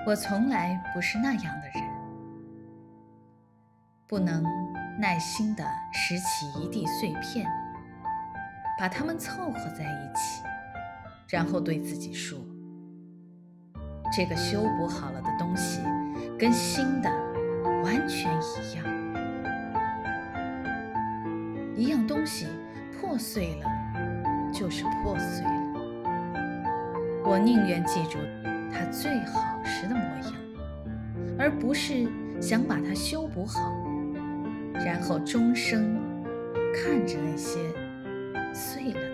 我从来不是那样的人，不能耐心地拾起一地碎片，把它们凑合在一起，然后对自己说：这个修补好了的东西跟新的完全一样。一样东西破碎了就是破碎了，我宁愿记住它最好时的模样，而不是想把它修补好，然后终生看着那些碎了